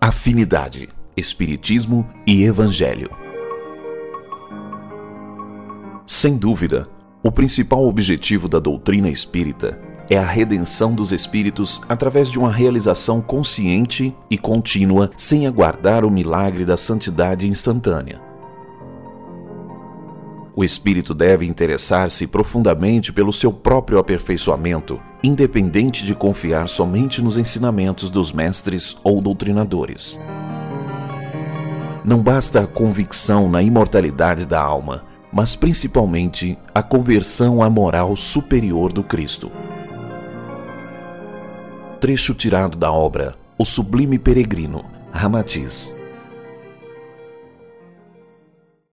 Afinidade, Espiritismo e Evangelho. Sem dúvida, o principal objetivo da doutrina espírita é a redenção dos espíritos através de uma realização consciente e contínua, sem aguardar o milagre da santidade instantânea. O espírito deve interessar-se profundamente pelo seu próprio aperfeiçoamento, independente de confiar somente nos ensinamentos dos mestres ou doutrinadores. Não basta a convicção na imortalidade da alma, mas principalmente a conversão à moral superior do Cristo. Trecho tirado da obra O Sublime Peregrino, Ramatiz.